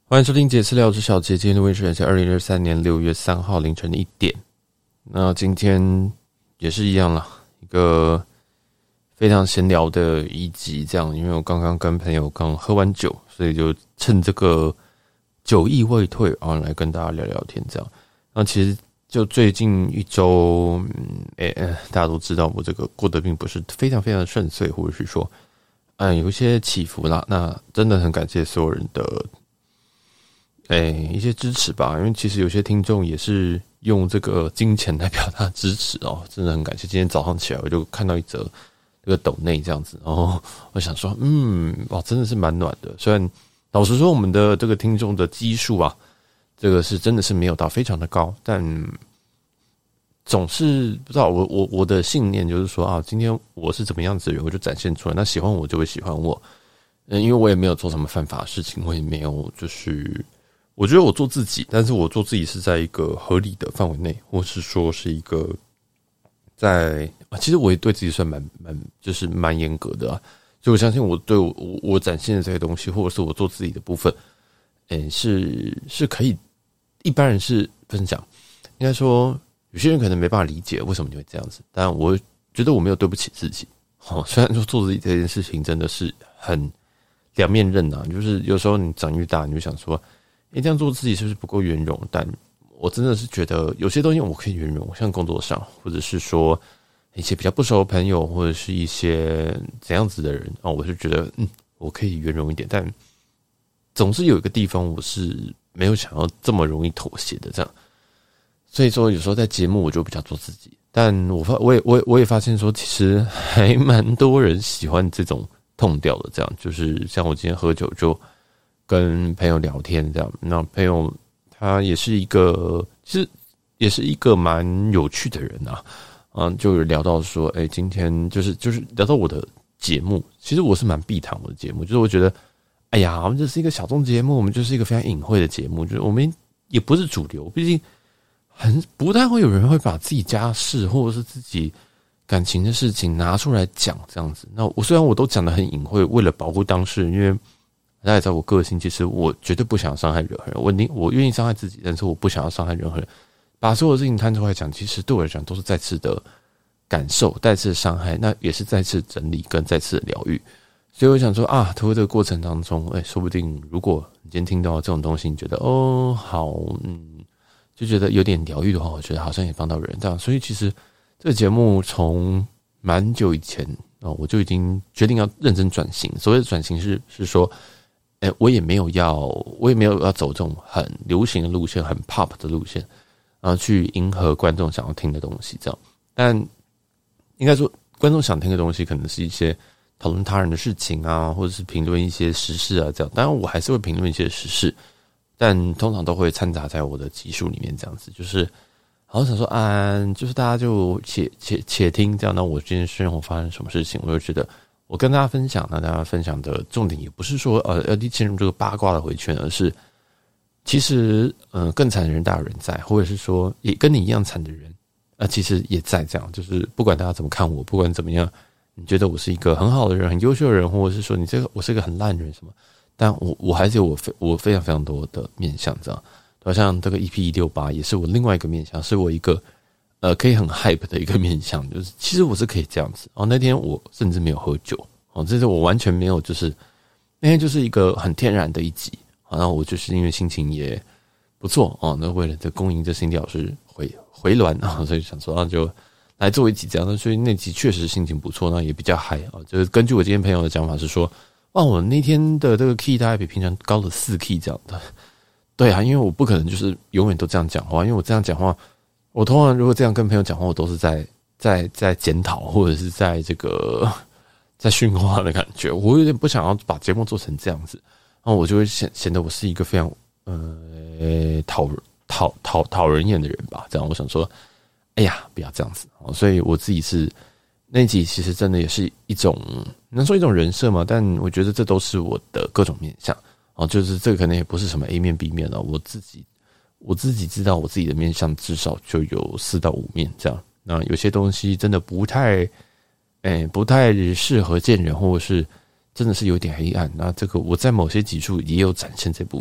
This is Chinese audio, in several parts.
欢迎收听杰私聊之小杰，今天的录音时间是2023年6月3号凌晨1点。那今天也是一样啦，一个非常闲聊的一集，这样，因为我刚刚跟朋友刚喝完酒，所以就趁这个酒意未退啊，来跟大家聊聊天这样。那其实就最近一周，大家都知道我这个过得并不是非常非常的顺遂，或者是说，有一些起伏啦。那真的很感谢所有人的一些支持吧，因为其实有些听众也是用这个金钱来表达支持哦，真的很感谢。今天早上起来我就看到一则这个抖内这样子，然后我想说，哇，真的是蛮暖的。虽然老实说，我们的这个听众的基数啊，这个是真的是没有到非常的高，但总是不知道我的信念就是说啊，今天我是怎么样子的人，我就展现出来。那喜欢我就会喜欢我，因为我也没有做什么犯法的事情，我也没有就是。我觉得我做自己，但是我做自己是在一个合理的范围内，或是说是一个其实我也对自己算蛮严格的啊。所以我相信我对我展现的这些东西，或者是我做自己的部分，是可以一般人是不能讲，应该说有些人可能没办法理解为什么你会这样子，但我觉得我没有对不起自己。虽然说做自己这件事情真的是很两面刃啊，就是有时候你长越大，你就想说。这样做自己是不是不够圆融？但我真的是觉得有些东西我可以圆融，像工作上，或者是说一些比较不熟的朋友，或者是一些怎样子的人啊，我是觉得我可以圆融一点，但总是有一个地方我是没有想要这么容易妥协的，这样。所以说有时候在节目我就比较做自己，但我也发现说，其实还蛮多人喜欢这种痛调的，这样就是像我今天喝酒就。跟朋友聊天这样，那朋友他也是一个，其实也是一个蛮有趣的人啊，就聊到说，今天就是聊到我的节目，其实我是蛮避谈我的节目，就是我觉得，我们这是一个小众节目，我们就是一个非常隐晦的节目，就是我们也不是主流，毕竟不太会有人会把自己家事或者是自己感情的事情拿出来讲这样子。那虽然我都讲得很隐晦，为了保护当事人，因为。大家也知道我个性，其实我绝对不想要伤害任何人。我愿意伤害自己，但是我不想要伤害任何人。把所有事情摊出来讲，其实对我来讲都是再次的感受、再次的伤害，那也是再次整理跟再次的疗愈。所以我想说啊，透过这个过程当中，说不定如果你今天听到这种东西，你觉得好，就觉得有点疗愈的话，我觉得好像也帮到人这样。所以其实这个节目从蛮久以前我就已经决定要认真转型。所谓的转型是说。我也没有要走这种很流行的路线，很 pop 的路线，然后去迎合观众想要听的东西，这样。但应该说，观众想听的东西可能是一些讨论他人的事情啊，或者是评论一些时事啊，这样。当然，我还是会评论一些时事，但通常都会掺杂在我的集数里面，这样子。就是好像想说就是大家就且听这样。那我今天生活发生什么事情，我就觉得。我跟大家分享，那大家分享的重点也不是说要进入这个八卦的回圈，而是其实更惨的人大有人在，或者是说也跟你一样惨的人其实也在这样，就是不管大家怎么看我，不管怎么样，你觉得我是一个很好的人、很优秀的人，或者是说我是一个很烂的人什么，但我还是有我非常非常多的面向，这样，好像这个 EP168也是我另外一个面向，是我一个。可以很 hype 的一个面向，就是其实我是可以这样子那天我甚至没有喝酒这是我完全没有，就是那天就是一个很天然的一集然后我就是因为心情也不错那为了这恭迎这辛迪老师回銮所以想说那就来做一集这样的，所以那集确实心情不错，那也比较嗨就是根据我今天朋友的讲法是说，我那天的这个 key 大概比平常高了4 key 这样的，对因为我不可能就是永远都这样讲话，因为我这样讲话。我通常如果这样跟朋友讲话，我都是在检讨，或者是在这个在训话的感觉。我有点不想要把节目做成这样子，然后我就会显得我是一个非常讨人厌的人吧。这样我想说，不要这样子。所以我自己是那一集其实真的也是一种能说一种人设嘛，但我觉得这都是我的各种面向就是这个可能也不是什么 A 面 B 面我自己知道我自己的面向至少就有4到5面这样，那有些东西真的不太适合见人，或者是真的是有点黑暗。那这个我在某些集数也有展现这部分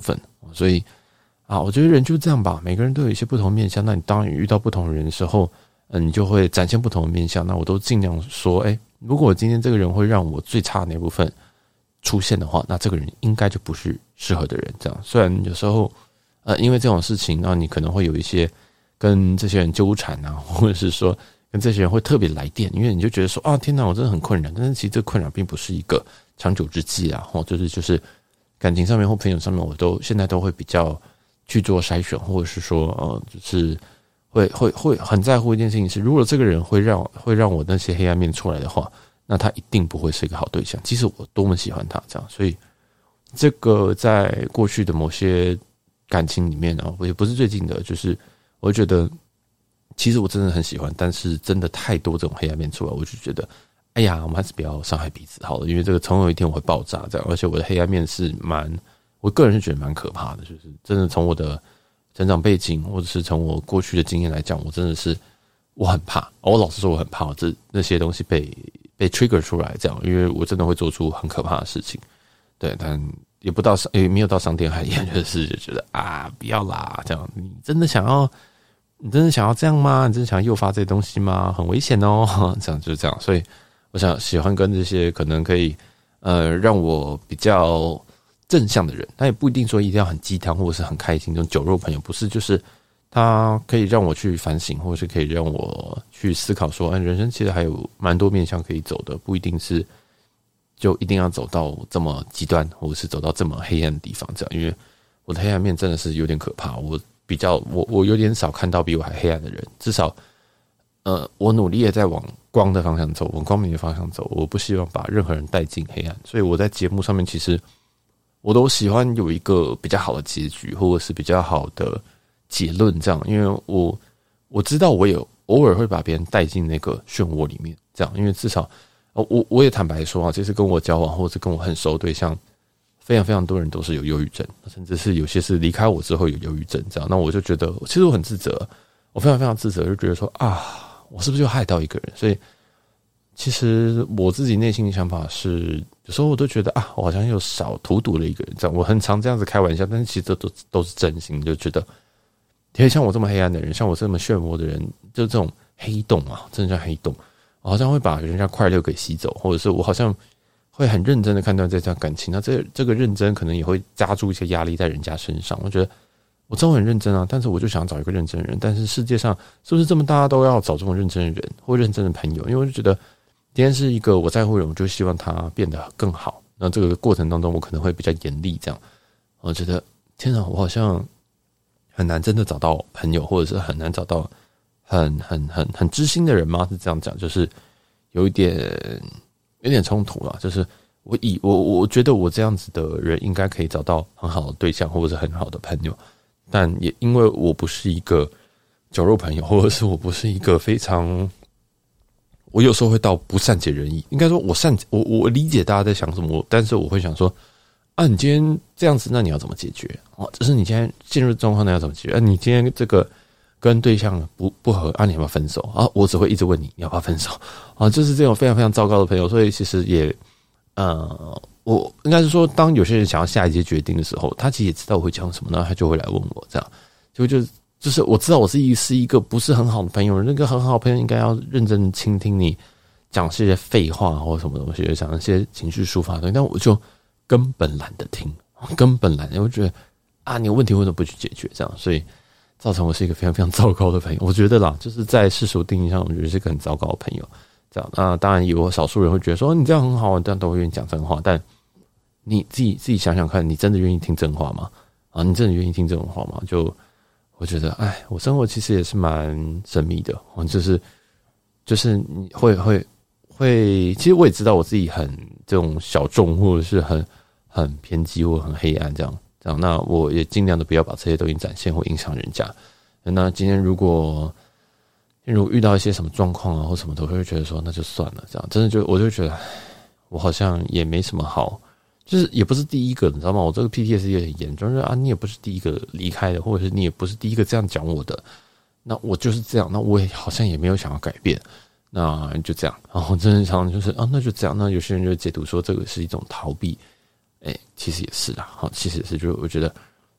所以我觉得人就是这样吧，每个人都有一些不同面向。那你当你遇到不同的人的时候，你就会展现不同的面向。那我都尽量说，如果今天这个人会让我最差的那部分出现的话，那这个人应该就不是适合的人。这样，虽然有时候因为这种事情，那你可能会有一些跟这些人纠缠啊，或者是说跟这些人会特别来电，因为你就觉得说天哪，我真的很困扰。但是其实这个困扰并不是一个长久之计啊，就是感情上面或朋友上面，我都现在都会比较去做筛选，或者是说就是会很在乎一件事情是，如果这个人会让我那些黑暗面出来的话，那他一定不会是一个好对象，即使我多么喜欢他这样。所以这个在过去的某些感情里面也不是最近的，就是我会觉得其实我真的很喜欢，但是真的太多这种黑暗面出来，我就觉得我们还是不要伤害彼此好了，因为这个总有一天我会爆炸这样。而且我的黑暗面是我个人是觉得蛮可怕的，就是真的从我的成长背景或者是从我过去的经验来讲，我真的是我很怕，我老实说我很怕那些东西被 trigger 出来这样，因为我真的会做出很可怕的事情。对，但也没有到伤天害理，就是觉得不要啦，这样你真的想要这样吗？你真的想要诱发这些东西吗？很危险哦，这样就是这样。所以我喜欢跟这些可能可以让我比较正向的人，他也不一定说一定要很鸡汤或者是很开心这种酒肉朋友，不是，就是他可以让我去反省，或者是可以让我去思考说，人生其实还有蛮多面向可以走的，不一定是就一定要走到这么极端，或者是走到这么黑暗的地方这样。因为我的黑暗面真的是有点可怕，我有点少看到比我还黑暗的人，至少我努力的在往光的方向走，往光明的方向走，我不希望把任何人带进黑暗。所以我在节目上面其实我都喜欢有一个比较好的结局，或者是比较好的结论这样。因为我知道我有偶尔会把别人带进那个漩涡里面这样，因为至少我也坦白说其实跟我交往或者是跟我很熟的对象，非常非常多人都是有忧郁症，甚至是有些是离开我之后有忧郁症这样。那我就觉得其实我很自责，我非常非常自责，就觉得说我是不是就害到一个人。所以其实我自己内心的想法是，有时候我都觉得我好像又少荼毒了一个人这样。我很常这样子开玩笑，但是其实都是真心，就觉得因为像我这么黑暗的人，像我这么漩涡的人，就这种黑洞真的像黑洞，我好像会把人家快乐给吸走，或者是我好像会很认真的看待这段感情，那这个认真可能也会加注一些压力在人家身上。我觉得我真的很认真但是我就想找一个认真的人，但是世界上是不是这么大家都要找这种认真的人或认真的朋友？因为我就觉得今天是一个我在乎的人，我就希望他变得更好。那这个过程当中，我可能会比较严厉，这样我觉得天哪，我好像很难真的找到朋友，或者是很难找到很知心的人吗？是这样讲，就是有点冲突啦。就是我觉得我这样子的人应该可以找到很好的对象，或者是很好的朋友，但也因为我不是一个酒肉朋友，或者是我不是一个非常，我有时候会到不善解人意。应该说我理解大家在想什么，但是我会想说你今天这样子，那你要怎么解决？就是你今天进入状况，那要怎么解决？你今天这个跟对象不合你要不要分手？我只会一直问你要不要分手就是这种非常非常糟糕的朋友。所以其实也我应该是说，当有些人想要下一些决定的时候，他其实也知道我会讲什么，然后他就会来问我，这样就是我知道我是一个不是很好的朋友，那个很好的朋友应该要认真倾听你讲些废话或什么东西，讲一些情绪抒发的东西，但我就根本懒得听，根本懒得，我觉得你有问题为什么不去解决？这样，所以造成我是一个非常非常糟糕的朋友。我觉得啦，就是在世俗定义上，我觉得是一个很糟糕的朋友。这样，当然有少数人会觉得说你这样很好，但都会愿意讲真话。但你自己想想看，你真的愿意听真话吗？你真的愿意听这种话吗？我觉得，我生活其实也是蛮神秘的，就是你会，其实我也知道我自己很这种小众，或者是很偏激或很黑暗这样，那我也尽量的不要把这些东西展现或影响人家。那今天如果遇到一些什么状况或什么的，我会觉得说那就算了，这样真的我就觉得我好像也没什么好。就是也不是第一个，你知道吗？我这个 PTSD 也很严重，就是你也不是第一个离开的，或者是你也不是第一个这样讲我的，那我就是这样，那我也好像也没有想要改变，那就这样。然后真的常常就是那就这样。那有些人就解读说这个是一种逃避，其实也是啦，其实也是，就是我觉得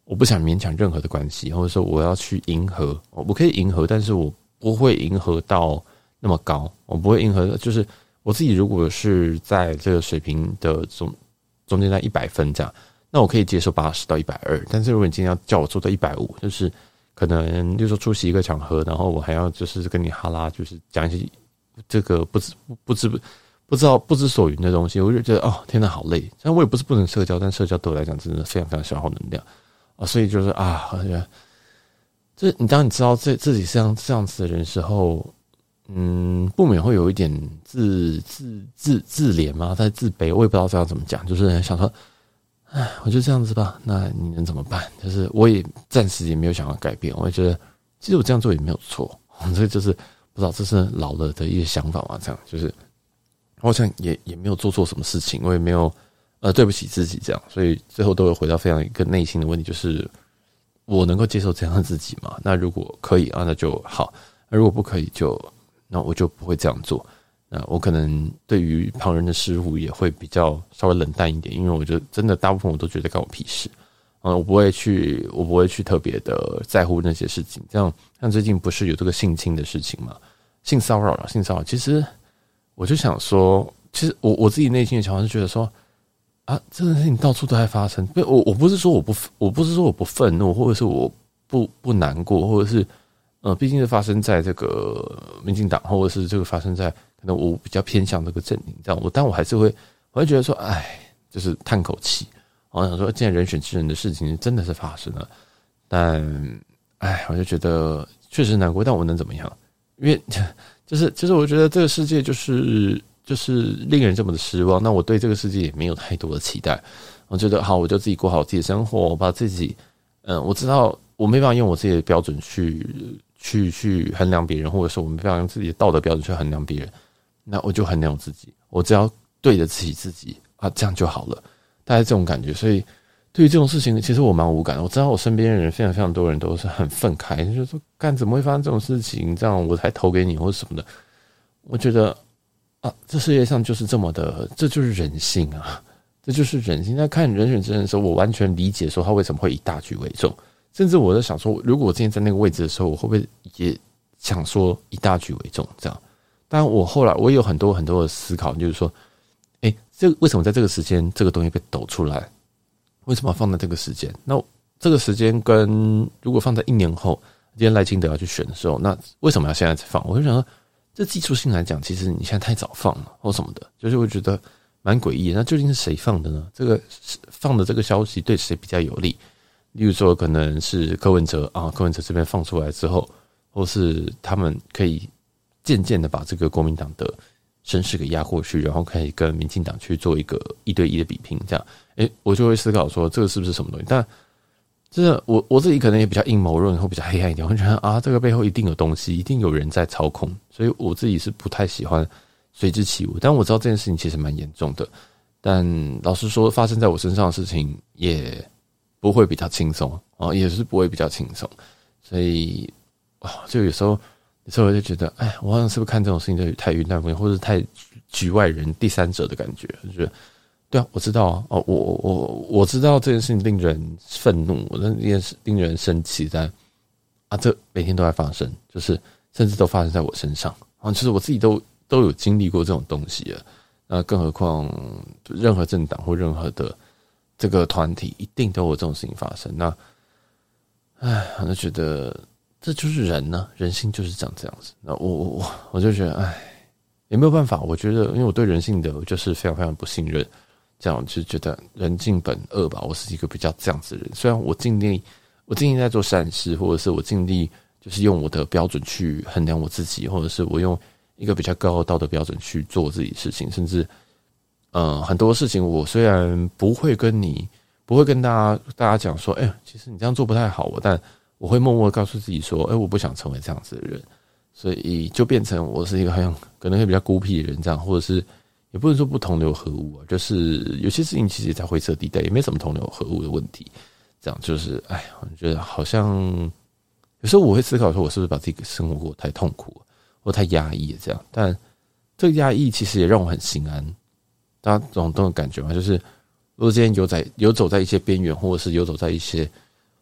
我不想勉强任何的关系，或者说我要去迎合，我可以迎合，但是我不会迎合到那么高，我不会迎合，就是我自己如果是在这个水平的中间在100分这样，那我可以接受80到120，但是如果你今天要叫我做到150，就是可能就是说出席一个场合，然后我还要就是跟你哈拉，就是讲一些这个不知所云的东西，我就觉得哦天哪好累。但我也不是不能社交，但社交对我来讲真的非常非常消耗能量啊，所以就是啊，我觉得这当你知道自己是这样子的人时候，不免会有一点自怜嘛，在自卑，我也不知道这样怎么讲，就是想说，哎，我就这样子吧，那你能怎么办？就是我也暂时也没有想要改变，我也觉得其实我这样做也没有错，这就是不知道这是老了的一些想法嘛，这样就是我好像也没有做错什么事情，我也没有对不起自己这样，所以最后都会回到非常一个内心的问题，就是我能够接受这样的自己吗？那如果可以啊，那就好；那如果不可以那我就不会这样做。那我可能对于旁人的失误也会比较稍微冷淡一点，因为我觉得真的大部分我都觉得干我屁事。我不会去特别的在乎那些事情。这样，像最近不是有这个性侵的事情嘛？性骚扰，其实我就想说，其实我自己内心的想法是觉得说，啊，这个事情到处都在发生。我不是说我不愤怒，或者是我不难过，或者是毕竟是发生在这个民进党，或者是这个发生在可能我比较偏向这个阵营这样，但我还是会觉得说，哎，就是叹口气。我想说，既然人选之人的事情真的是发生了，但哎，我就觉得确实难过，但我能怎么样？因为就是我觉得这个世界就是令人这么的失望，那我对这个世界也没有太多的期待。我觉得好，我就自己过好自己的生活，我把自己我知道我没办法用我自己的标准去衡量别人，或者说我没办法用自己的道德标准去衡量别人，那我就衡量我自己，我只要对得起自己啊，这样就好了。大概这种感觉，所以对于这种事情，其实我蛮无感的。我知道我身边的人非常非常多人都是很愤慨，就是说，干怎么会发生这种事情？这样我才投给你或者什么的。我觉得啊，这世界上就是这么的，这就是人性啊，这就是人性。在看人选之人的时候，我完全理解说他为什么会以大局为重，甚至我在想说，如果我今天在那个位置的时候，我会不会也想说以大局为重这样？但我后来我也有很多很多的思考，就是说。这为什么在这个时间这个东西被抖出来？为什么要放在这个时间？那这个时间跟如果放在1年后，今天赖清德要去选的时候，那为什么要现在才放？我就想说，这技术性来讲，其实你现在太早放了，或什么的，就是会觉得蛮诡异的。那究竟是谁放的呢？这个放的这个消息对谁比较有利？例如说，可能是柯文哲啊，柯文哲这边放出来之后，或是他们可以渐渐的把这个国民党的声势给压过去，然后可以跟民进党去做一个1对1的比拼，这样，我就会思考说这个是不是什么东西？但真的，我自己可能也比较阴谋论，或比较黑暗一点，我觉得啊，这个背后一定有东西，一定有人在操控，所以我自己是不太喜欢随之起舞。但我知道这件事情其实蛮严重的，但老实说，发生在我身上的事情也不会比较轻松啊，也是不会比较轻松，所以就有时候我就觉得，哎，我好像是不是看这种事情就太云淡风轻，或者太局外人、第三者的感觉？就觉得，对啊，我知道啊，我知道这件事情令人愤怒，令人生气，但这每天都在发生，就是甚至都发生在我身上啊，就是我自己都有经历过这种东西了，那更何况任何政党或任何的这个团体，一定都有这种事情发生。那，我就觉得。这就是人呢，人性就是长这样子。那我就觉得，也没有办法。我觉得，因为我对人性的我就是非常非常不信任，这样就觉得人性本恶吧。我是一个比较这样子的人。虽然我尽力在做善事，或者是我尽力就是用我的标准去衡量我自己，或者是我用一个比较高的道德标准去做自己的事情，甚至很多事情我虽然不会跟大家讲说，其实你这样做不太好，但我会默默告诉自己说，我不想成为这样子的人，所以就变成我是一个好像可能会比较孤僻的人这样，或者是也不能说不同流合污啊，就是有些事情其实也在灰色地带，也没什么同流合污的问题。这样就是，我觉得好像有时候我会思考说，我是不是把自己生活过太痛苦或太压抑了这样？但这个压抑其实也让我很心安。大家总都有感觉嘛，就是如果今天游走在一些边缘，或者是游走在一些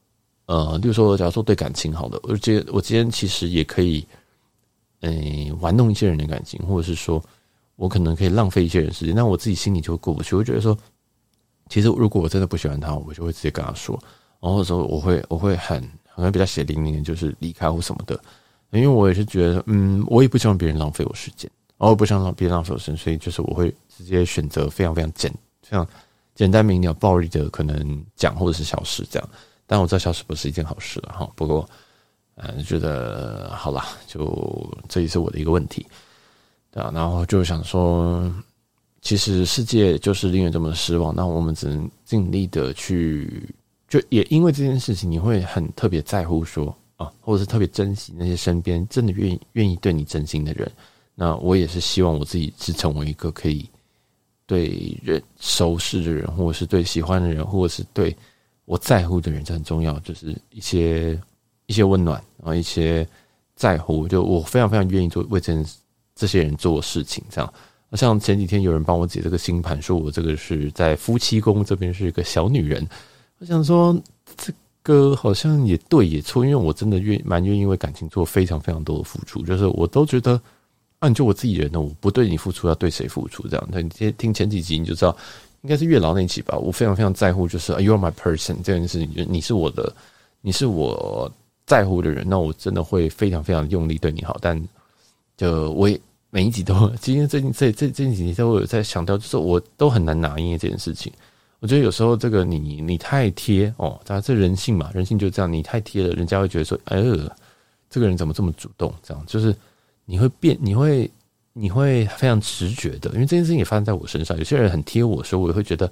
例如说，假如说对感情好的，我今天其实也可以，玩弄一些人的感情，或者是说我可能可以浪费一些人时间，但我自己心里就会过不去，我会觉得说，其实如果我真的不喜欢他，我就会直接跟他说，然后或者说我会很比较血淋淋的，就是离开或什么的，因为我也是觉得，我也不希望别人浪费我时间，然后不希望别人浪费我时间，所以就是我会直接选择非常非常简单明了、暴力的可能讲或者是消失这样。但我知道消失不是一件好事了哈。不过，觉得好啦，就这也是我的一个问题，对啊。然后就想说，其实世界就是令人这么失望，那我们只能尽力的去，就也因为这件事情，你会很特别在乎说啊，或者是特别珍惜那些身边真的愿意对你真心的人。那我也是希望我自己是成为一个可以对人熟识的人，或者是对喜欢的人，或者是对我在乎的人，这很重要，就是一些温暖，然后一些在乎，就我非常非常愿意做为这些人做事情，这样。像前几天有人帮我解这个星盘，说我这个是在夫妻宫这边是一个小女人，我想说这个好像也对也错，因为我真的蛮愿意为感情做非常非常多的付出，就是我都觉得你就我自己人呢，我不对你付出，要对谁付出？这样，你听前几集你就知道。应该是月老那一期吧，我非常非常在乎，就是 You are my person 这件事情，你是我在乎的人，那我真的会非常非常用力对你好。但就我也每一集都，今天最近这几集都有在强调，就是我都很难拿捏这件事情。我觉得有时候这个你太贴哦，这人性嘛，人性就这样，你太贴了，人家会觉得说，这个人怎么这么主动？这样就是你会非常直觉的，因为这件事情也发生在我身上。有些人很贴我的时候，我也会觉得，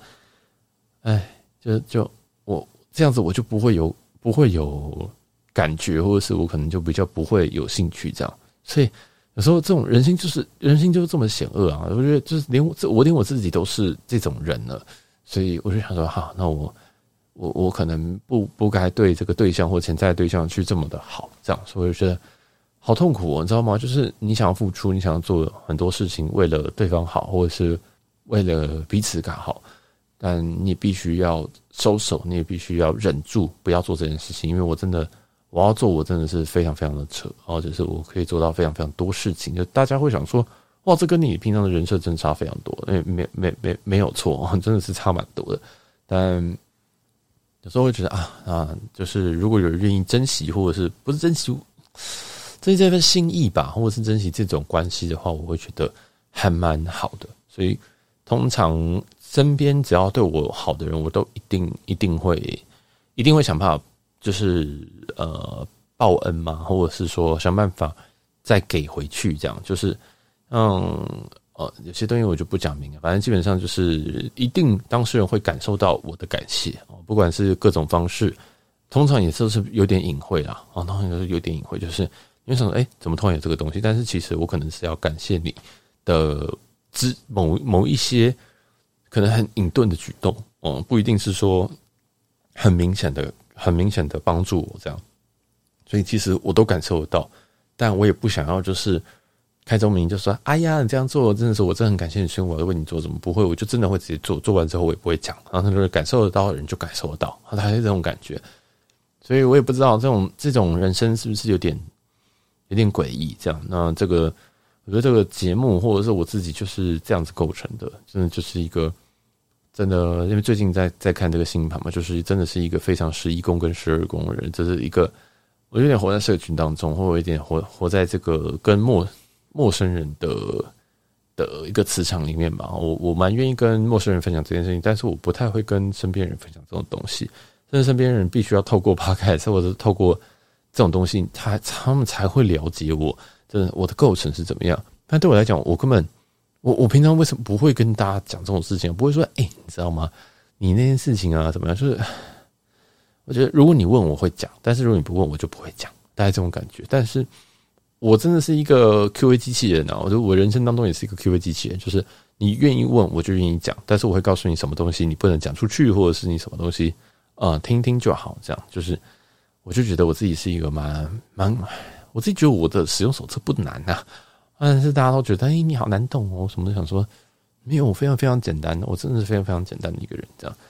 就我这样子，我就不会有感觉，或者是我可能就比较不会有兴趣这样。所以有时候这种人性就是这么险恶啊！我觉得就是连我自己都是这种人了，所以我就想说，好，那我可能不该对这个对象或潜在的对象去这么的好，这样，所以我就觉得。好痛苦你知道吗？就是你想要付出，你想要做很多事情，为了对方好，或者是为了彼此感好，但你必须要收手，你也必须要忍住，不要做这件事情。因为我要做，我真的是非常非常的扯，然后就是我可以做到非常非常多事情。就大家会想说，哇，这跟你平常的人设真的差非常多，没有错，真的是差蛮多的。但有时候会觉得就是如果有人愿意珍惜，或者是不是珍惜。这份心意吧，或者是珍惜这种关系的话，我会觉得还蛮好的。所以通常身边只要对我好的人，我都一定会想办法，就是报恩嘛，或者是说想办法再给回去，这样就是有些东西我就不讲明了，反正基本上就是一定当事人会感受到我的感谢，不管是各种方式，通常也是有点隐晦啦，通常也是有点隐晦，就是。因为想说，怎么突然有这个东西？但是其实我可能是要感谢你的某一些可能很隐遁的举动，不一定是说很明显的帮助我这样。所以其实我都感受得到，但我也不想要就是开宗明义就说，哎呀，你这样做真的是我真的很感谢你，所以我要为你做，怎么不会？我就真的会直接做，做完之后我也不会讲，然后就是感受得到的人就感受得到，他是这种感觉。所以我也不知道这种人生是不是有点诡异，这样。那我觉得这个节目或者是我自己就是这样子构成的，真的就是一个真的，因为最近在看这个星盘嘛，就是真的是一个非常11宫跟12宫的人，这是一个我有点活在社群当中，或者有点活在这个跟陌生人的一个磁场里面吧。我蛮愿意跟陌生人分享这件事情，但是我不太会跟身边人分享这种东西，甚至身边人必须要透过 podcast 或者是透过这种东西，他们才会了解我，真的我的构成是怎么样。但对我来讲，我根本我平常为什么不会跟大家讲这种事情？不会说，你知道吗？你那件事情怎么样？就是我觉得，如果你问我会讲，但是如果你不问我就不会讲，大概这种感觉。但是我真的是一个 QA 机器人啊！我觉得我人生当中也是一个 QA 机器人，就是你愿意问我就愿意讲，但是我会告诉你什么东西你不能讲出去，或者是你什么东西听听就好，这样就是。我就觉得我自己是一个我自己觉得我的使用手册不难啊，但是大家都觉得你好难懂哦，什么都想说没有，我非常非常简单，我真的是非常非常简单的一个人，这样。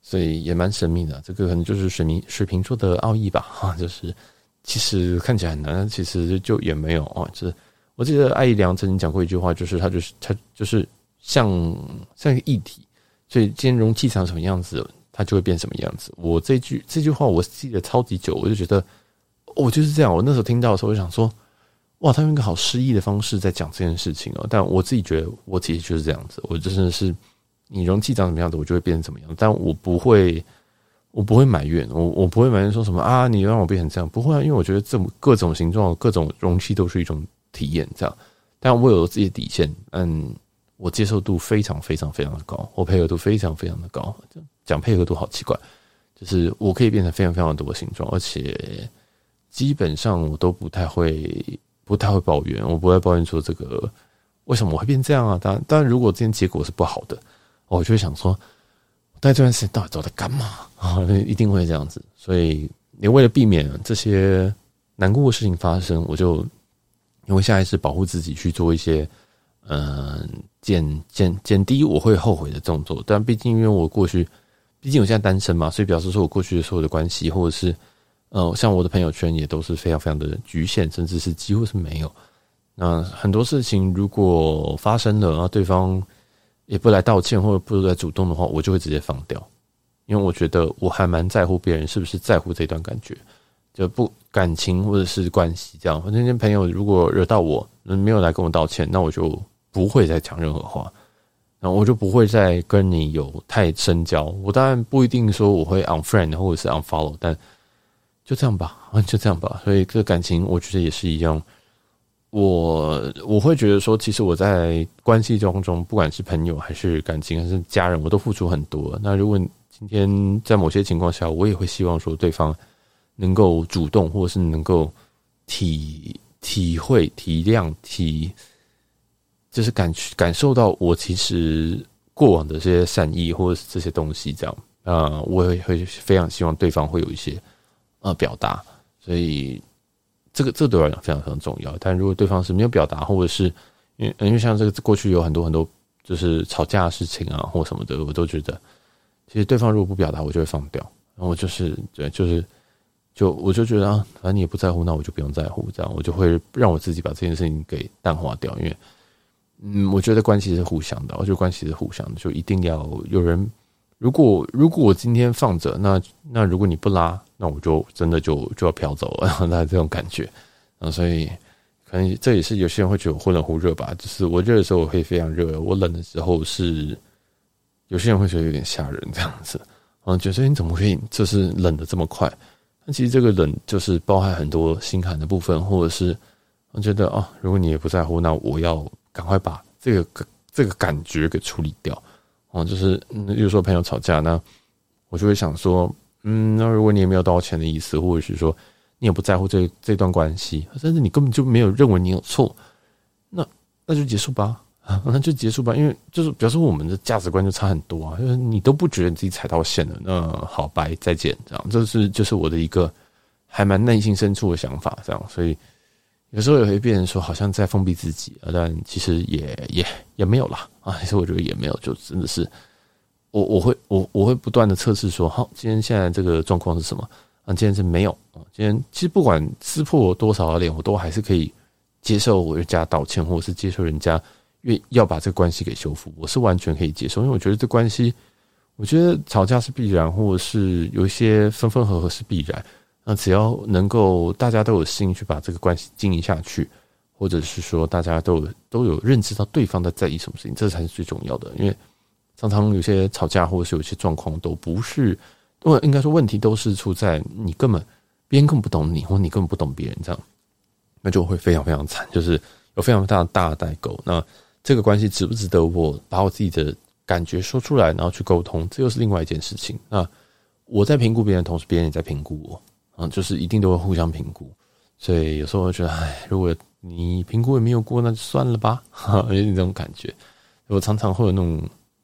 所以也蛮神秘的。这个可能就是水瓶座的奥义吧，就是其实看起来很难，其实就也没有啊。就是我记得艾怡良曾经讲过一句话，就是他就是像一个液体，所以今天容器长什么样子，它就会变什么样子。我这句话我记得超级久，我就觉得我就是这样。我那时候听到的时候，我就想说，哇，他用一个好诗意的方式在讲这件事情哦。但我自己觉得，我其实就是这样子，我真的是。你容器长什么样子，我就会变成什么样子。但我不会埋怨，我不会埋怨说什么啊，你让我变成这样，不会啊，因为我觉得这么各种形状、各种容器都是一种体验，这样。但我有自己的底线，我接受度非常非常非常的高，我配合度非常非常的高。讲配合度好奇怪，就是我可以变成非常非常多的形状，而且基本上我都不太会抱怨，我不会抱怨说这个为什么我会变这样啊？当然，如果今天结果是不好的。我就会想说，在这段时间到底都在干嘛啊？一定会这样子，所以你为了避免这些难过的事情发生，我就因为下意识保护自己去做一些减低我会后悔的动作。但毕竟因为我现在单身嘛，所以表示说我过去的所有的关系，或者是像我的朋友圈也都是非常非常的局限，甚至是几乎是没有。那很多事情如果发生了，然后对方也不来道歉或者不来主动的话，我就会直接放掉，因为我觉得我还蛮在乎别人是不是在乎这段感觉，就不感情或者是关系这样。反正朋友如果惹到我，没有来跟我道歉，那我就不会再讲任何话，然后我就不会再跟你有太深交。我当然不一定说我会 unfriend 或者是 unfollow， 但就这样吧，就这样吧。所以这个感情我觉得也是一样。我会觉得说，其实我在关系当中，不管是朋友还是感情还是家人，我都付出很多。那如果今天在某些情况下，我也会希望说对方能够主动，或者是能够体会、体谅、就是感受到我其实过往的这些善意或者是这些东西，这样我也会非常希望对方会有一些表达，所以。这对我来讲非常非常重要，但如果对方是没有表达，或者是因为像这个过去有很多就是吵架的事情啊，或什么的，我都觉得其实对方如果不表达，我就会放掉，然后我就觉得反正你也不在乎，那我就不用在乎，这样我就会让我自己把这件事情给淡化掉，因为我觉得关系是互相的，就一定要有人。如果我今天放着，那如果你不拉，那我就真的就要飘走了，那这种感觉，所以可能这也是有些人会觉得我忽冷忽热吧，就是我热的时候我会非常热，我冷的时候是有些人会觉得有点吓人这样子，觉得你怎么可以就是冷的这么快？但其实这个冷就是包含很多心寒的部分，或者是我觉得如果你也不在乎，那我要赶快把这个感觉给处理掉。就是比如说朋友吵架，那我就会想说，那如果你也没有道歉的意思，或者是说你也不在乎这段关系，甚至你根本就没有认为你有错，那就结束吧，那就结束吧，因为就是表示我们的价值观就差很多啊，就是你都不觉得你自己踩到线了，那好，拜，再见，这样，就是我的一个还蛮内心深处的想法，这样，所以有时候也会变成说好像在封闭自己，但其实也没有啦。其实我觉得也没有，就真的是我会不断的测试说，好，今天现在这个状况是什么？今天是没有，今天其实不管撕破多少的脸，我都还是可以接受人家道歉，或者是接受人家要把这个关系给修复，我是完全可以接受，因为我觉得这关系，我觉得吵架是必然，或者是有一些分分合合是必然，那只要能够大家都有心去把这个关系经营下去。或者是说大家都有认知到对方在意什么事情，这才是最重要的。因为常常有些吵架或者是有些状况都不是，应该说问题都是出在别人根本不懂你，或你根本不懂别人，这样那就会非常非常惨，就是有非常大的代沟。那这个关系值不值得我把我自己的感觉说出来，然后去沟通，这又是另外一件事情。那我在评估别人的同时，别人也在评估我，就是一定都会互相评估。所以有时候我觉得，如果你评估也没有过，那就算了吧，有点这种感觉。我常常会有那种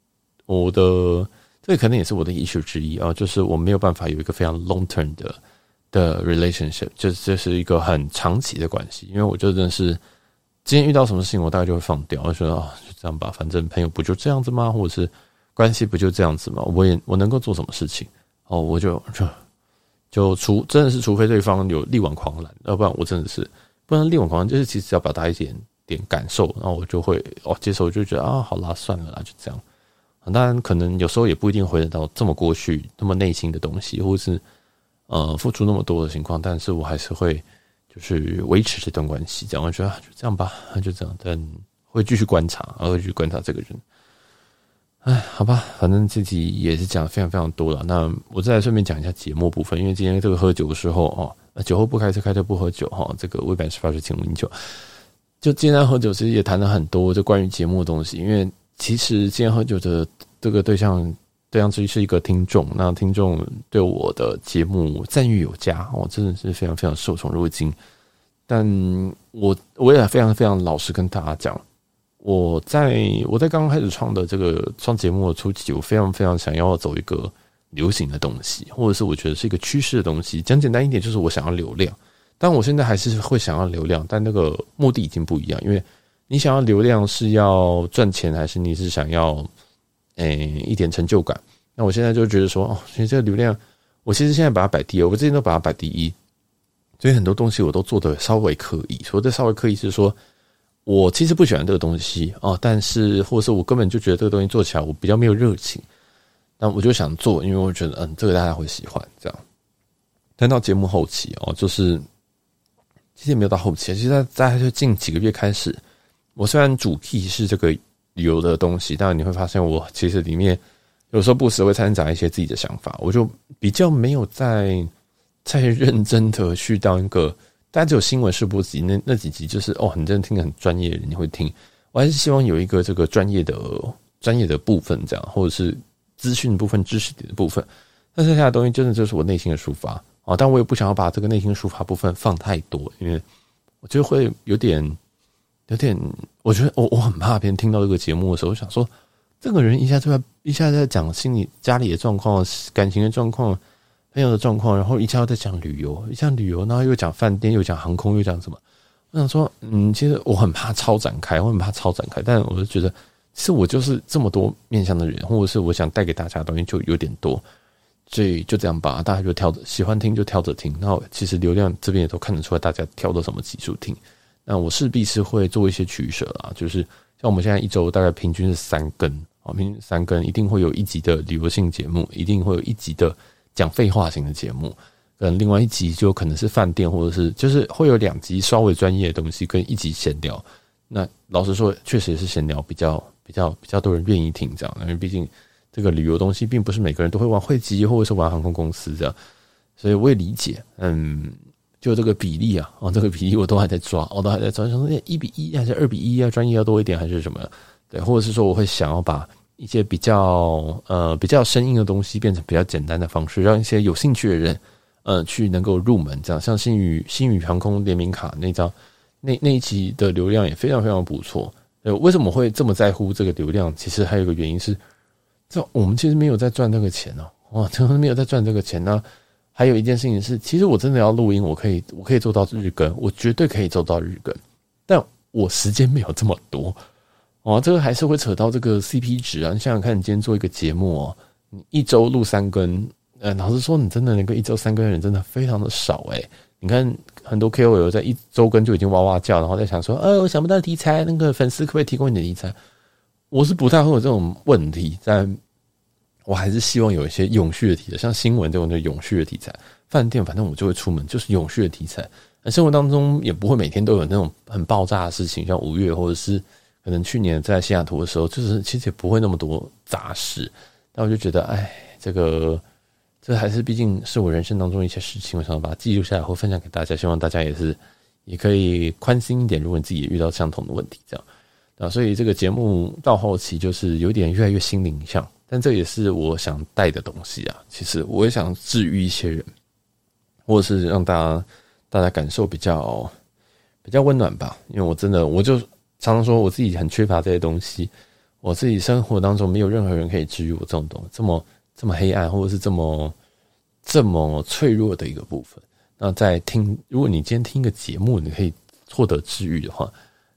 这可能也是我的 issue 之一啊，就是我没有办法有一个非常 long term 的 relationship， 这是一个很长期的关系。因为我就真的是今天遇到什么事情，我大概就会放掉，我觉得就这样吧，反正朋友不就这样子吗？或者是关系不就这样子吗？我能够做什么事情？我真的是除非对方有力挽狂澜，要不然我真的是不然力挽狂澜，就是其实要表达一点感受，然后我就会接受，就觉得好啦，算了啦，就这样。当然可能有时候也不一定回得到这么过去那么内心的东西，或是付出那么多的情况，但是我还是会就是维持这段关系，这样我觉得就这样吧，就这样，但会继续观察，会继续观察这个人。好吧，反正自己也是讲得非常非常多了。那我再来顺便讲一下节目部分，因为今天这个喝酒的时候酒后不开车，开车不喝酒这个未满18岁请饮酒。就今天喝酒其实也谈了很多就关于节目的东西，因为其实今天喝酒的这个对象之一是一个听众，那听众对我的节目赞誉有加真的是非常非常受宠若惊。但我也非常非常老实跟大家讲，我在刚刚开始创节目的初期，我非常非常想要走一个流行的东西，或者是我觉得是一个趋势的东西。讲简单一点，就是我想要流量。但我现在还是会想要流量，但那个目的已经不一样。因为你想要流量是要赚钱，还是你是想要一点成就感？那我现在就觉得说其实这个流量，我其实现在把它摆第二，我之前都把它摆第一，所以很多东西我都做得稍微刻意。所谓的稍微刻意是说，我其实不喜欢这个东西但是或者是我根本就觉得这个东西做起来我比较没有热情，但我就想做，因为我觉得这个大家会喜欢这样。但到节目后期就是其实也没有到后期，其实在就近几个月开始，我虽然主题是这个旅游的东西，但你会发现我其实里面有时候不时会掺杂一些自己的想法，我就比较没有再认真的去当一个大家只有新闻试播集那几集就是很真的听得很专业的人你会听，我还是希望有一个这个专业的部分这样，或者是资讯部分、知识点的部分，但剩下的东西真的就是我内心的抒发但我也不想要把这个内心抒发部分放太多，因为我觉得会有点，我觉得我很怕别人听到这个节目的时候，想说这个人一下在讲心理家里的状况、感情的状况、朋友的状况，然后一下又在讲旅游，然后又讲饭店，又讲航空，又讲什么？我想说，其实我很怕超展开，但我就觉得，其实我就是这么多面向的人，或者是我想带给大家的东西就有点多。所以就这样吧，大家就挑着喜欢听就挑着听。然后其实流量这边也都看得出来，大家挑的什么集数听。那我势必是会做一些取舍啦，就是像我们现在一周大概平均是3更平均3更，一定会有一集的旅游性节目，一定会有一集的讲废话型的节目，跟另外一集就可能是饭店，或者是就是会有2集稍微专业的东西，跟1集闲聊。那老实说，确实也是闲聊比较多人愿意听这样，因为毕竟这个旅游东西并不是每个人都会玩汇集或者是玩航空公司这样，所以我也理解，就这个比例这个比例我都还在抓，想说1:1还是2:1专业要多一点还是什么？对，或者是说我会想要把一些比较生硬的东西变成比较简单的方式，让一些有兴趣的人去能够入门这样，像星宇航空联名卡那一期的流量也非常非常不错。为什么会这么在乎这个流量？其实还有一个原因是，我们其实没有在赚这个钱真的没有在赚这个钱呢。还有一件事情是，其实我真的要录音，我可以做到日更，我绝对可以做到日更，但我时间没有这么多这个还是会扯到这个 CP 值啊。你想想看，你今天做一个节目你一周录3更，老实说，你真的能够一周3更的人真的非常的少你看很多 KOL 在1周更就已经哇哇叫，然后在想说，我想不到题材，那个粉丝可不可以提供你的题材？我是不太会有这种问题，但我还是希望有一些永续的题材，像新闻这种永续的题材，饭店反正我就会出门，就是永续的题材。生活当中也不会每天都有那种很爆炸的事情，像5月或者是可能去年在西雅图的时候，就是其实也不会那么多杂事。但我就觉得，这还是毕竟是我人生当中一些事情，我想把它记录下来或分享给大家，希望大家也可以宽心一点，如果你自己也遇到相同的问题这样。所以这个节目到后期就是有点越来越心灵向，但这也是我想带的东西啊。其实我也想治愈一些人，或者是让大家感受比较温暖吧。因为我就常常说我自己很缺乏这些东西，我自己生活当中没有任何人可以治愈我这种东西，这么黑暗或者是这么脆弱的一个部分。那如果你今天听一个节目，你可以获得治愈的话，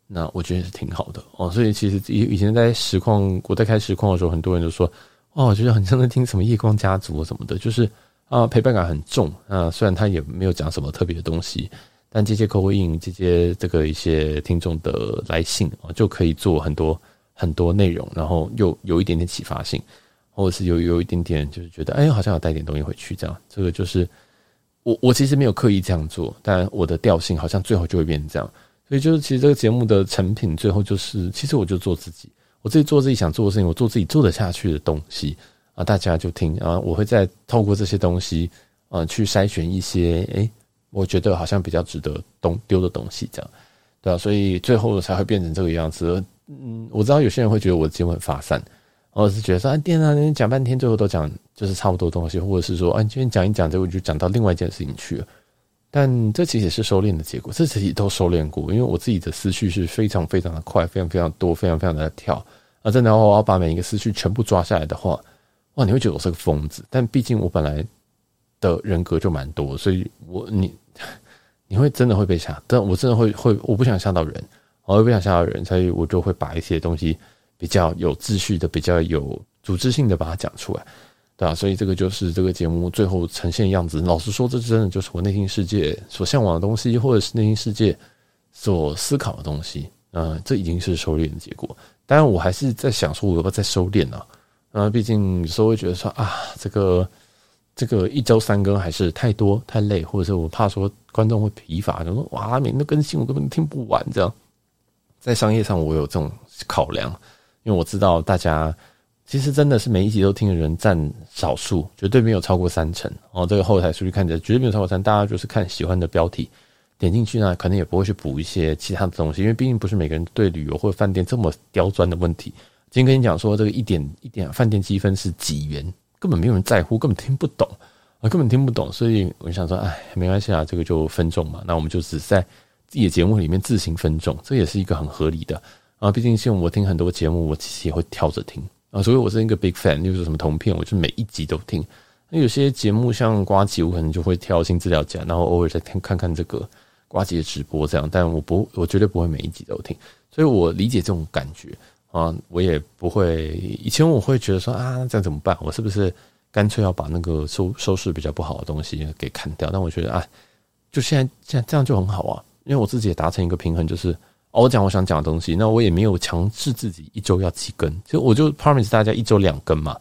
那我觉得是挺好的哦。所以其实以前在实况，我在开实况的时候，很多人就说，哇，我觉得很像在听什么夜光家族什么的，就是陪伴感很重啊。虽然他也没有讲什么特别的东西，但这些call in，这些这个一些听众的来信就可以做很多很多内容，然后又有一点点启发性，或者是有一点点就是觉得好像要带点东西回去这样。这个就是我其实没有刻意这样做，但我的调性好像最后就会变成这样。所以就是其实这个节目的成品最后就是，其实我就做自己，我自己做自己想做的事情，我做自己做得下去的东西啊，大家就听啊，我会再透过这些东西去筛选一些我觉得好像比较值得丢的东西这样，对啊，所以最后才会变成这个样子。我知道有些人会觉得我的节目很发散，或者是觉得说电啊，你讲半天最后都讲就是差不多东西，或者是说你今天讲一讲结果就讲到另外一件事情去了。但这其实也是收敛的结果，这其实都收敛过，因为我自己的思绪是非常非常的快，非常非常多，非常非常的跳。真的我要把每一个思绪全部抓下来的话，哇，你会觉得我是个疯子。但毕竟我本来的人格就蛮多，所以你会真的会被吓，但我真的会，我不想吓到人，我不想吓到人，所以我就会把一些东西比较有秩序的、比较有组织性的把它讲出来。对啊，所以这个就是这个节目最后呈现的样子。老实说，这真的就是我内心世界所向往的东西，或者是内心世界所思考的东西。这已经是收敛的结果。当然，我还是在想说，我要不要再收敛啊？毕竟有时候会觉得说这个一周3更还是太多太累，或者是我怕说观众会疲乏，就说哇，每天都更新，我根本听不完这样。在商业上，我有这种考量，因为我知道大家。其实真的是每一集都听的人占少数，绝对没有超过30%这个后台数据看起来绝对没有超过3%，大家就是看喜欢的标题，点进去呢，可能也不会去补一些其他的东西，因为毕竟不是每个人对旅游或者饭店这么刁钻的问题。今天跟你讲说这个一点饭店积分是几元，根本没有人在乎，根本听不懂根本听不懂。所以我想说，没关系啊，这个就分众嘛，那我们就只在自己的节目里面自行分众，这也是一个很合理的毕竟像我听很多节目，我其实也会跳着听。所以我是一个 big fan， 就是什么同片，我就每一集都听。那有些节目像呱吉，我可能就会挑新资料夹，然后偶尔再看看这个呱吉的直播这样，但我绝对不会每一集都听。所以我理解这种感觉我也不会。以前我会觉得说这样怎么办？我是不是干脆要把那个收视比较不好的东西给砍掉？但我觉得就现在这样就很好啊，因为我自己也达成一个平衡，就是。我讲我想讲的东西，那我也没有强制自己一周要几更，就我就 promise 大家一周2更嘛。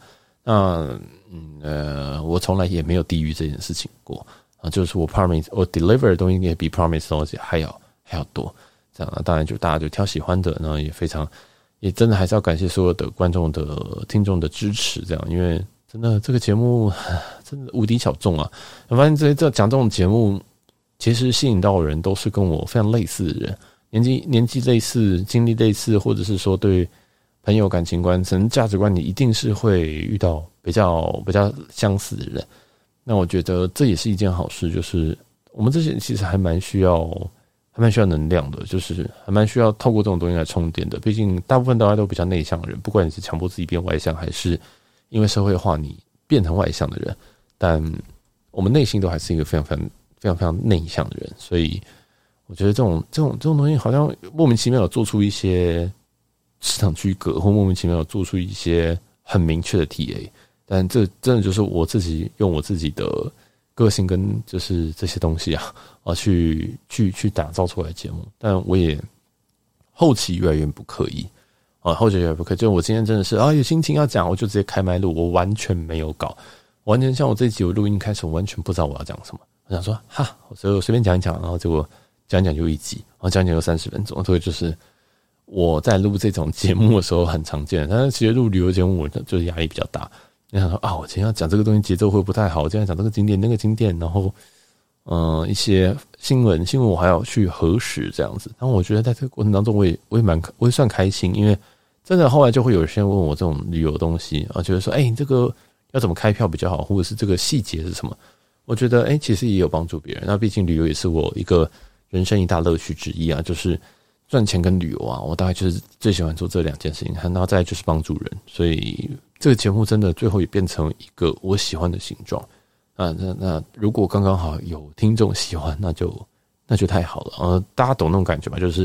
我从来也没有低于这件事情过就是我 promise 我 deliver 的东西也比 promise 的东西还要多，这样当然就大家就挑喜欢的，然后也真的还是要感谢所有的观众的听众的支持，这样因为真的这个节目真的无敌小众啊！我发现这讲这种节目，其实吸引到的人都是跟我非常类似的人。年纪类似，经历类似，或者是说对朋友感情观、甚至价值观，你一定是会遇到比较相似的人。那我觉得这也是一件好事，就是我们这些人其实还蛮需要能量的，就是还蛮需要透过这种东西来充电的。毕竟大部分大家都比较内向的人，不管你是强迫自己变外向，还是因为社会化你变成外向的人，但我们内心都还是一个非常内向的人，所以。我觉得这种东西好像莫名其妙有做出一些市场区隔，或莫名其妙有做出一些很明确的 TA， 但这真的就是我自己用我自己的个性跟就是这些东西去打造出来的节目，但我也后期越来越不刻意后期越来越不刻意，就我今天真的是有心情要讲，我就直接开麦录，我完全没有搞，完全像我这一集我录音开始，我完全不知道我要讲什么，我想说所以我随便讲一讲，然后结果。讲就一集，然后讲就30分钟，这个就是我在录这种节目的时候很常见的。但是其实录旅游节目，我就是压力比较大。你想说我今天要讲这个东西节奏会不太好，我今天讲这个景点那个景点，然后一些新闻我还要去核实这样子。但我觉得在这个过程当中，我也算开心，因为真的后来就会有些人问我这种旅游的东西觉得说你这个要怎么开票比较好，或者是这个细节是什么？我觉得其实也有帮助别人。那毕竟旅游也是我一个。人生一大乐趣之一就是赚钱跟旅游我大概就是最喜欢做这2件事情，然后再来就是帮助人，所以这个节目真的最后也变成一个我喜欢的形状那如果刚刚好有听众喜欢，那就太好了大家懂那种感觉吧？就是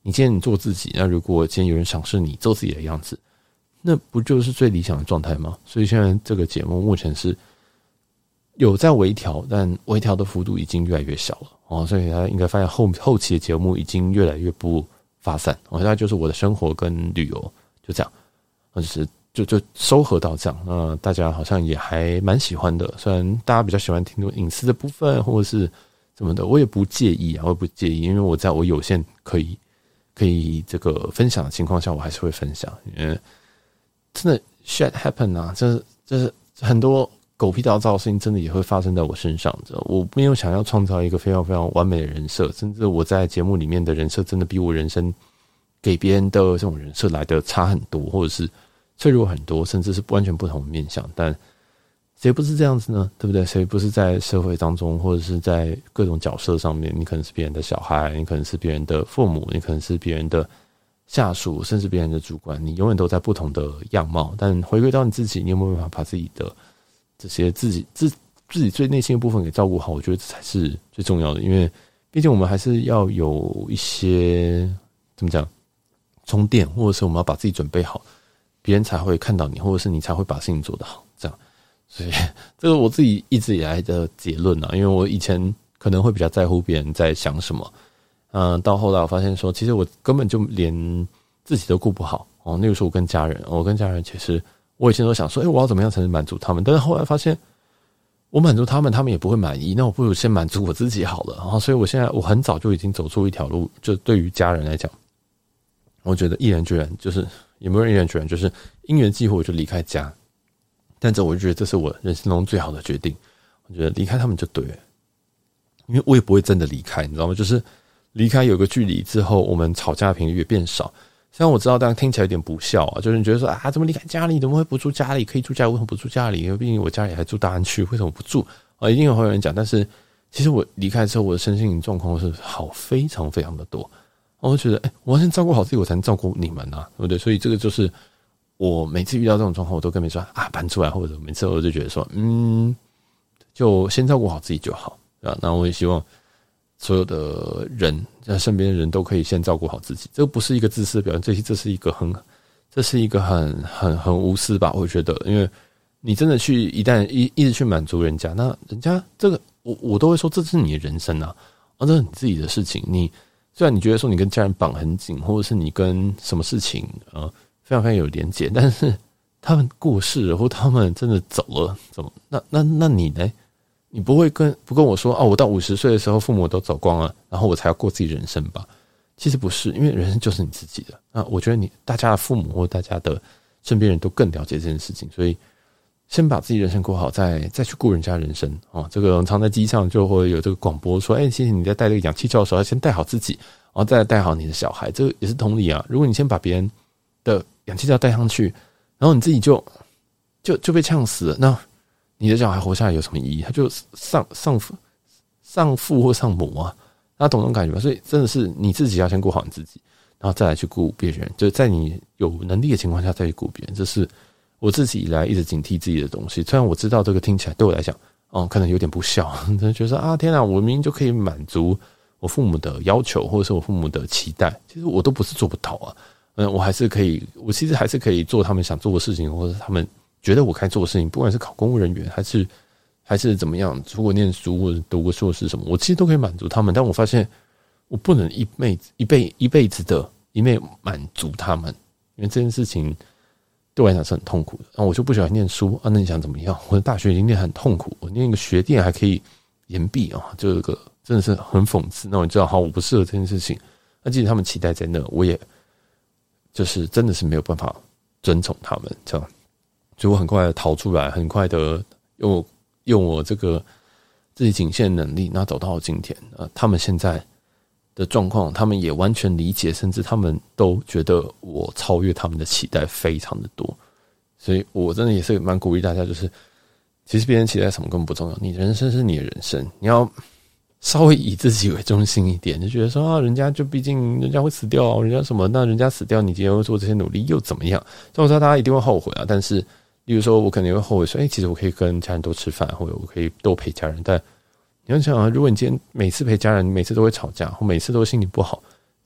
你今天你做自己，那如果今天有人赏识你做自己的样子，那不就是最理想的状态吗？所以现在这个节目目前是有在微调，但微调的幅度已经越来越小了哦，所以大家应该发现后期的节目已经越来越不发散哦，大概就是我的生活跟旅游就这样，就是就收合到这样，那大家好像也还蛮喜欢的。虽然大家比较喜欢听隐私的部分或者是什么的，我也不介意啊，我也不介意，因为我在我有限可以这个分享的情况下，我还是会分享。因为真的 shit happen 啊，就是很多狗屁倒灶的事情，真的也会发生在我身上。我没有想要创造一个非常非常完美的人设，甚至我在节目里面的人设真的比我人生给别人的这种人设来的差很多，或者是脆弱很多，甚至是完全不同的面向。但谁不是这样子呢？对不对？谁不是在社会当中，或者是在各种角色上面？你可能是别人的小孩，你可能是别人的父母，你可能是别人的下属，甚至别人的主管。你永远都在不同的样貌。但回归到你自己，你有没有办法把自己的这些自己最内心的部分给照顾好？我觉得这才是最重要的。因为毕竟我们还是要有一些怎么讲充电，或者是我们要把自己准备好，别人才会看到你，或者是你才会把事情做得好。这样。所以这个我自己一直以来的结论啊，因为我以前可能会比较在乎别人在想什么，到后来我发现说，其实我根本就连自己都顾不好哦。例如说我跟家人，其实我以前都想说，我要怎么样才能满足他们？但是后来发现，我满足他们，他们也不会满意，那我不如先满足我自己好了。然后，所以我现在我很早就已经走出一条路，就对于家人来讲，我觉得毅然决然，就是有没有毅然决然，就是因缘际会我就离开家。但这我就觉得这是我人生中最好的决定。我觉得离开他们就对了，因为我也不会真的离开，你知道吗？就是离开有个距离之后，我们吵架的频率也变少。虽然我知道，但听起来有点不孝啊，就是你觉得说啊，怎么离开家里？怎么会不住家里？可以住家里，为什么不住家里？因为毕竟我家里还住大安区，为什么不住啊？一定会有人讲。但是其实我离开之后，我的身心灵状况是好非常非常的多。我就觉得，我要先照顾好自己，我才能照顾你们啊，对不对？所以这个就是我每次遇到这种状况，我都跟别人说啊，搬出来，或者每次我就觉得说，就先照顾好自己就好啊。那我也希望所有的人，在身边的人都可以先照顾好自己。这个不是一个自私的表现，这是一个很无私吧？我觉得，因为你真的去一旦一直去满足人家，那人家这个我都会说，这是你的人生啊，这是你自己的事情。你虽然你觉得说你跟家人绑很紧，或者是你跟什么事情非常非常有连结，但是他们过世了，或他们真的走了，怎么？那你呢？你不会跟我说我到50岁的时候父母都走光了，然后我才要过自己人生吧？其实不是，因为人生就是你自己的。那我觉得大家的父母或大家的身边人都更了解这件事情，所以先把自己人生过好，再去顾人家人生哦。这个常在机上就会有这个广播说，谢谢你在带这个氧气罩的时候，要先带好自己，然后再带好你的小孩。这个也是同理啊。如果你先把别人的氧气罩带上去，然后你自己就被呛死了，那你的小孩活下来有什么意义？他就丧父或丧母啊，大家懂那种感觉吗？所以真的是你自己要先顾好你自己，然后再来去顾别人，就在你有能力的情况下再去顾别人。这是我自己以来一直警惕自己的东西。虽然我知道这个听起来对我来讲，可能有点不孝，真的觉得说天哪，我明明就可以满足我父母的要求，或者是我父母的期待，其实我都不是做不到啊。我还是可以，我其实还是可以做他们想做的事情，或者他们觉得我该做的事情，不管是考公务人员，还是怎么样，出国念书或者读个硕士什么，我其实都可以满足他们。但我发现我不能一辈子的一昧满足他们，因为这件事情对我来讲是很痛苦的。然后我就不喜欢念书那你想怎么样？我的大学已经念很痛苦，我念一个学电还可以延毕这个真的是很讽刺。那我知道好，我不适合这件事情。那既然他们期待在那，我也就是真的是没有办法尊崇他们这样，所以我很快的逃出来，很快的用我这个自己仅限的能力，然后走到了今天。他们现在的状况，他们也完全理解，甚至他们都觉得我超越他们的期待非常的多。所以我真的也是蛮鼓励大家，就是其实别人期待什么根本不重要，你的人生是你的人生，你要稍微以自己为中心一点，就觉得说人家就毕竟人家会死掉人家什么，那人家死掉，你今天会做这些努力又怎么样？虽然我知道大家一定会后悔但是例如说我可能会后悔说，其实我可以跟家人多吃饭，或者我可以多陪家人。但你要想如果你今天每次陪家人，每次都会吵架，或每次都心情不好，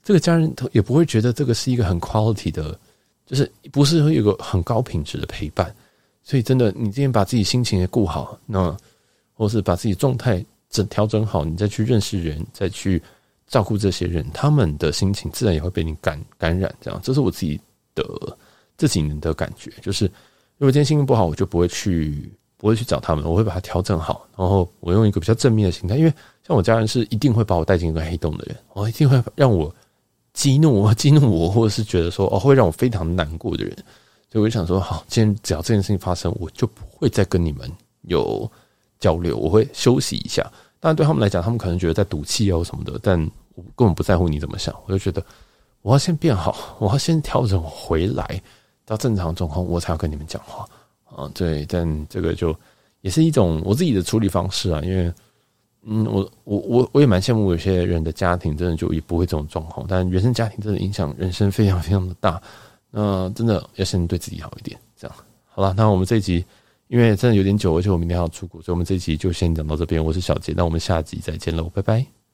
这个家人也不会觉得这个是一个很 quality 的，就是不是会有一个很高品质的陪伴。所以真的，你今天把自己心情也顾好，那或是把自己状态调整好，你再去认识人，再去照顾这些人，他们的心情自然也会被你感染。这样，这是我自己的这几年的感觉，就是如果今天心情不好，我就不会去找他们，我会把它调整好，然后我用一个比较正面的心态，因为像我家人是一定会把我带进一个黑洞的人，我一定会让我激怒我，或者是觉得说会让我非常难过的人，所以我就想说，好，今天只要这件事情发生，我就不会再跟你们有交流，我会休息一下。当然对他们来讲，他们可能觉得在赌气什么的，但我根本不在乎你怎么想，我就觉得我要先变好，我要先调整回来到正常状况，我才要跟你们讲话。对，但这个就也是一种我自己的处理方式啊，因为我也蛮羡慕有些人的家庭真的就也不会这种状况，但原生家庭真的影响人生非常非常的大，那真的要先对自己好一点。这样好了，那我们这一集因为真的有点久，而且我明天还要出国，所以我们这一集就先讲到这边。我是小杰，那我们下集再见喽，拜拜。